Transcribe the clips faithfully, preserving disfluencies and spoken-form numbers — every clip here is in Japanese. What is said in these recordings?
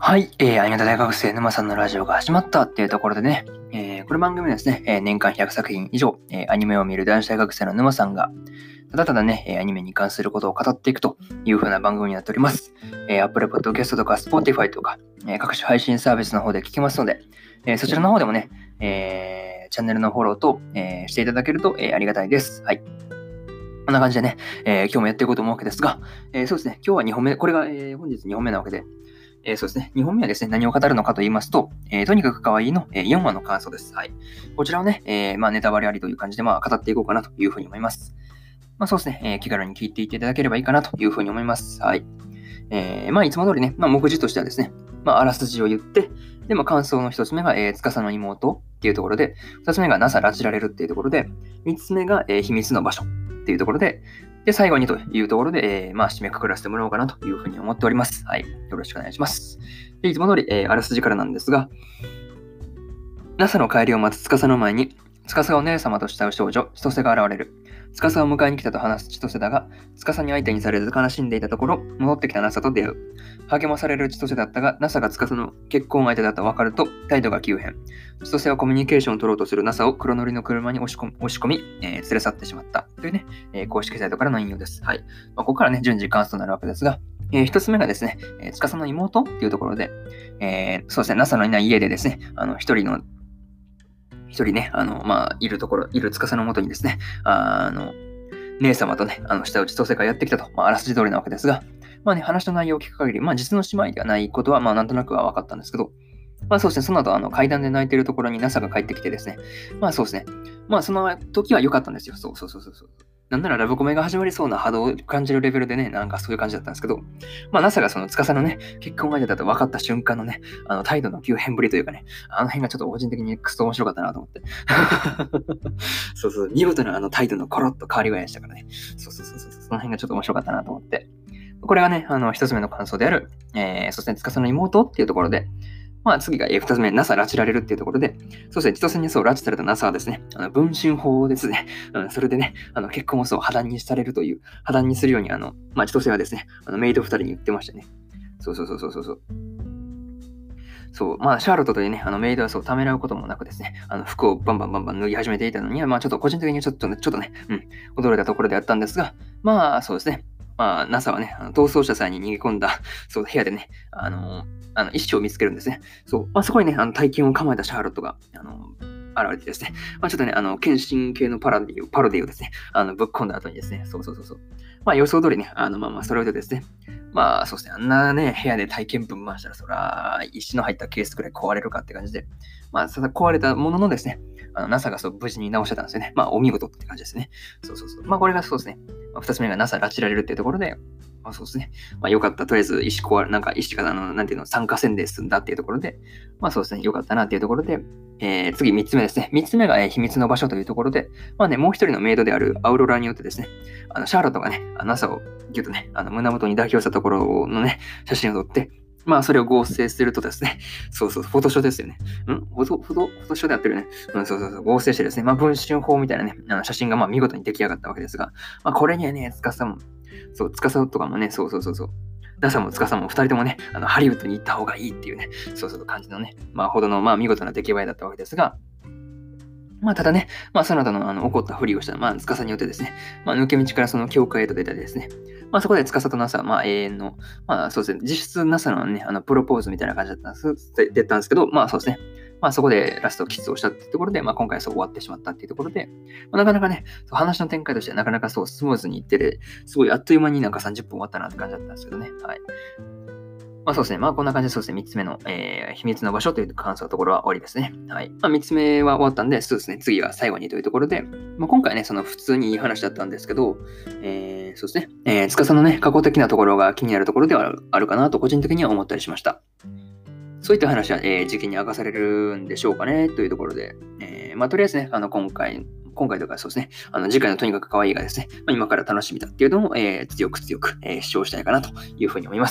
はい、えー、アニメ大学生沼さんのラジオが始まったっていうところでね、えー、この番組はですね、えー年間ひゃくさく品以上、えーアニメを見る男子大学生の沼さんが、ただただね、えーアニメに関することを語っていくという風な番組になっております。えー、Apple Podcast とか Spotify とか、えー各種配信サービスの方で聞けますので、えーそちらの方でもね、えーチャンネルのフォローと、えーしていただけると、えーありがたいです。はい。こんな感じでね、えー今日もやっていこうと思うわけですが、えーそうですね、今日はにほんめ、これが、えー本日にほんめなわけで、えーそうですね。にほんめはですね、何を語るのかと言いますと、えーとにかく可愛いの、えーよんわの感想です。はい。こちらをね、えーまあ、ネタバレありという感じで、まあ、語っていこうかなというふうに思います。まあ、そうですね、えー気軽に聞いていっていただければいいかなというふうに思います。はい。えーまあ、いつも通りね、まあ、目次としてはですね、まあ、あらすじを言って、で、まあ、感想の一つ目が、えー、司の妹っていうところで、二つ目が ナサ 拉致られるっていうところで、三つ目が、えー秘密の場所っていうところで、で、最後にというところで、えーまあ、締めくくらせてもらおうかなというふうに思っております。はい。よろしくお願いします。で、いつも通り、えーあらすじからなんですが、ナサ の帰りを待つ司の前に、司がお姉様と慕う少女、千歳が現れる。司を迎えに来たと話す千歳だが、司に相手にされず悲しんでいたところ、戻ってきたナサと出会う。励まされる千歳だったが、ナサが司の結婚相手だと分かると、態度が急変。千歳はコミュニケーションを取ろうとするナサを黒塗りの車に押し込み、押し込みえー連れ去ってしまった。というね、えー公式サイトからの引用です。はい。まあ、ここからね、順次関数となるわけですが、えー一つ目がですね、えー、司の妹っていうところで、えーそうですね、ナサのいない家でですね、あの、一人の一人ね、あの、まあ、いるところ、いる司のもとにですね、あの、姉様とね、あの、下打ちと世界やってきたと、まあ、あらすじ通りなわけですが、まあね、話の内容を聞く限り、まあ、実の姉妹ではないことは、まあ、なんとなくは分かったんですけど、まあそうですね、その後、あの、階段で泣いてるところに ナサ が帰ってきてですね、まあそうですね、まあその時は良かったんですよ。そうそうそうそうそう。なんならラブコメが始まりそうな波動を感じるレベルでね、なんかそういう感じだったんですけど、まあ ナサ がその司のね、結婚相手だと分かった瞬間のね、あの態度の急変ぶりというかね、あの辺がちょっと個人的にクソ面白かったなと思って。そうそう、見事なあの態度のコロッと変わり具合でしたからね。そうそうそうそう、その辺がちょっと面白かったなと思って。これがね、あの、一つ目の感想である、えー、そして司の妹っていうところで、まあ次が、えー、二つ目、ナサ 拉致られるっていうところで、そして千歳にそう拉致された ナサ はですね、あの文春法ですね、うん、それでね、あの結婚をそう破談にされるという、破談にするように、あの、まあ千歳はですね、あのメイド二人に言ってましたね。そうそうそうそうそう。そう、まあ、シャーロットというね、あのメイドはそう、ためらうこともなくですね、あの服をバンバンバンバン脱ぎ始めていたのには、まあ、ちょっと個人的にちょっとね、ちょっとね、うん、驚いたところであったんですが、まあ、そうですね。まあ、ナサ はね、あの逃走者さんに逃げ込んだ、そう、部屋でね、あのあの、一生を見つけるんですね。そう、まあ、そこにね、あの、大金を構えたシャーロットが、あの現れてですね、まあ、ちょっとね、あの、献身系のパロディを、パロディをですね、あの、ぶっ込んだ後にですね、そうそうそうそう。まあ、予想通りね、あの、まあまあ、それでですね、まあ、そうですね、あんなね、部屋で体験分回したら、そら、石の入ったケースくらい壊れるかって感じで、まあ、ただ壊れたもののですね、あの ナサ がそう無事に直してたんですよね。まあ、お見事って感じですね。そうそうそう。まあ、これがそうですね。まあ、二つ目が ナサ 拉致られるっていうところで、まあ、そうですね。まあ、よかった。とりあえず、石壊れ、なんか石が、あの、なんていうの、酸化線で済んだっていうところで、まあ、そうですね。よかったなっていうところで、えー、次、三つ目ですね。三つ目が、えー秘密の場所というところで、まあね、もう一人のメイドであるアウロラによってですね、あのシャーロットがね、ナサ をギュッとね、あの胸元に抱き寄せたところのね、写真を撮って、まあ、それを合成するとですね、そうそう、フォトショーですよね。んフォト、フォト、フォトショーでやってるね。うん、そうそうそう、合成してですね、まあ、文春法みたいなね、あの写真がまあ見事に出来上がったわけですが、まあ、これにはね、つかさも、そう、つかさとかもね、そうそうそうそう、ナサ もつかさも二人ともね、あのハリウッドに行った方がいいっていうね、そうそう感じのね、まあ、ほどの、まあ、見事な出来栄えだったわけですが、まあ、ただね、まあ、その後のあの起こったふりをした、まあ、司によってですね、まあ、抜け道からその教会へと出たりですね、まあ、そこで司と ナサ は、まあ、永遠の、まあ、そうですね、実質 ナサ のね、あのプロポーズみたいな感じだったんです、で出たんですけど、まあ、そうですね、まあ、そこでラストキスをしたっていうところで、まあ、今回はそう終わってしまったっていうところで、まあ、なかなかね、そう話の展開としてはなかなかそうスムーズにいってて、すごいあっという間になんかさんじゅっぷん終わったなって感じだったんですけどね、はい。まあそうですね。まあこんな感じでそうですね。みっつめの、えー秘密の場所という感想のところは終わりですね。はい。まあみっつめは終わったんで、そうですね。次は最後にというところで、まあ今回ね、その普通にいい話だったんですけど、えーそうですね。えー、司のね、過去的なところが気になるところではあるあるかなと個人的には思ったりしました。そういった話は、えー、時期に明かされるんでしょうかねというところで、えーまあとりあえずね、あの今回、今回とかそうですね、あの次回のとにかく可愛いがですね、まあ、今から楽しみだっていうのを、えー強く強く、えー主張したいかなというふうに思います。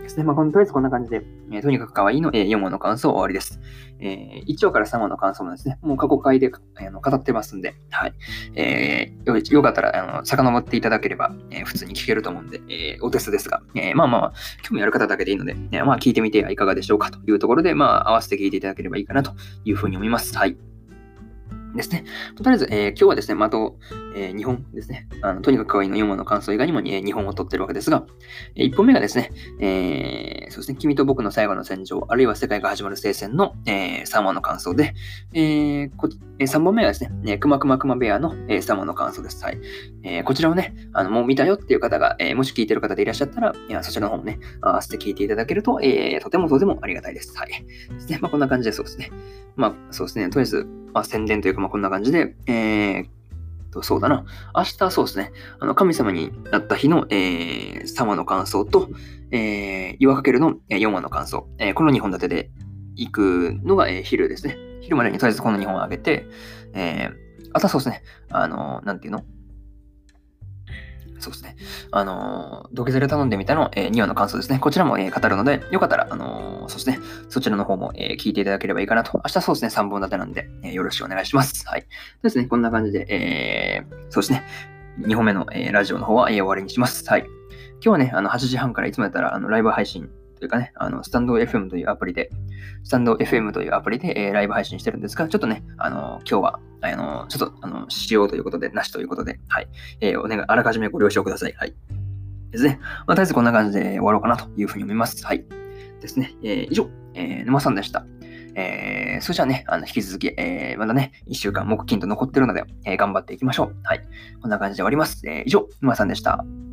ですね。まあ、このとりあえずこんな感じで、えーとにかく可愛いの、えー、よんわの感想終わりです。えー、いちわからさんわの感想もですね、もう過去回で、あの語ってますんで、はい。えー、よ、よかったら、あの、遡っていただければ、えー普通に聞けると思うんで、えーお手数ですが、えーまあまあ、興味ある方だけでいいので、ね、まあ、聞いてみてはいかがでしょうかというところで、まあ、合わせて聞いていただければいいかなというふうに思います。はい。ですね。とりあえず、えー今日はですね、まああと、えー、にほんですね。あのとにかく可愛いのよんわの感想以外にも、えー、にほんを取ってるわけですが、えー、いっぽんめがですね、えーそうですね、君と僕の最後の戦場、あるいは世界が始まる聖戦の、えーさんわの感想で、えーこえーさんぼんめがですね、えーくまくまくまベアの、えーさんわの感想です。はい。えーこちらをね、あのもう見たよっていう方が、えーもし聞いてる方でいらっしゃったら、いやそちらの方もね、合わせて聞いていただけると、えーとてもとてもありがたいです。はい。ですね、まあ、こんな感じでそうですね。まあ、そうですね。とりあえず、まあ、宣伝というか、まあ、こんな感じで、えーと、そうだな。明日、そうですね。あの、神様になった日の、えー、さんわの感想と、えー、岩かけるのよんわの感想。えー、このにほん立てで行くのが、えー昼ですね。昼までにとりあえずこのにほんを上げて、えー、あとはそうですね。あの、なんていうのそうですね。あのー、土下座で頼んでみたの、えーにわの感想ですね。こちらも、えー語るので、よかったら、あのーそうですね。そちらの方も、えー聞いていただければいいかなと。明日そうですね。さんぼん立てなんで、えーよろしくお願いします。はい。ですね。こんな感じで、えーそうですね。にほんめの、えーラジオの方は、えー終わりにします。はい。今日はね、あの、はちじはんからいつもやったら、あの、ライブ配信というかね、あの、スタンド エフエム というアプリで、スタンド エフエム というアプリで、えーライブ配信してるんですが、ちょっとね、あの、今日は、あの、ちょっと、あの、しようということで、なしということで、はい。えーお願い、あらかじめご了承ください。はい。ですね。まあ、とりあえずこんな感じで終わろうかなというふうに思います。はい。ですね。えー以上、えー沼さんでした。えーそれじゃあね、あの引き続き、えーまだね、いっしゅうかん木金と残ってるので、えー頑張っていきましょう。はい。こんな感じで終わります。えー以上、沼さんでした。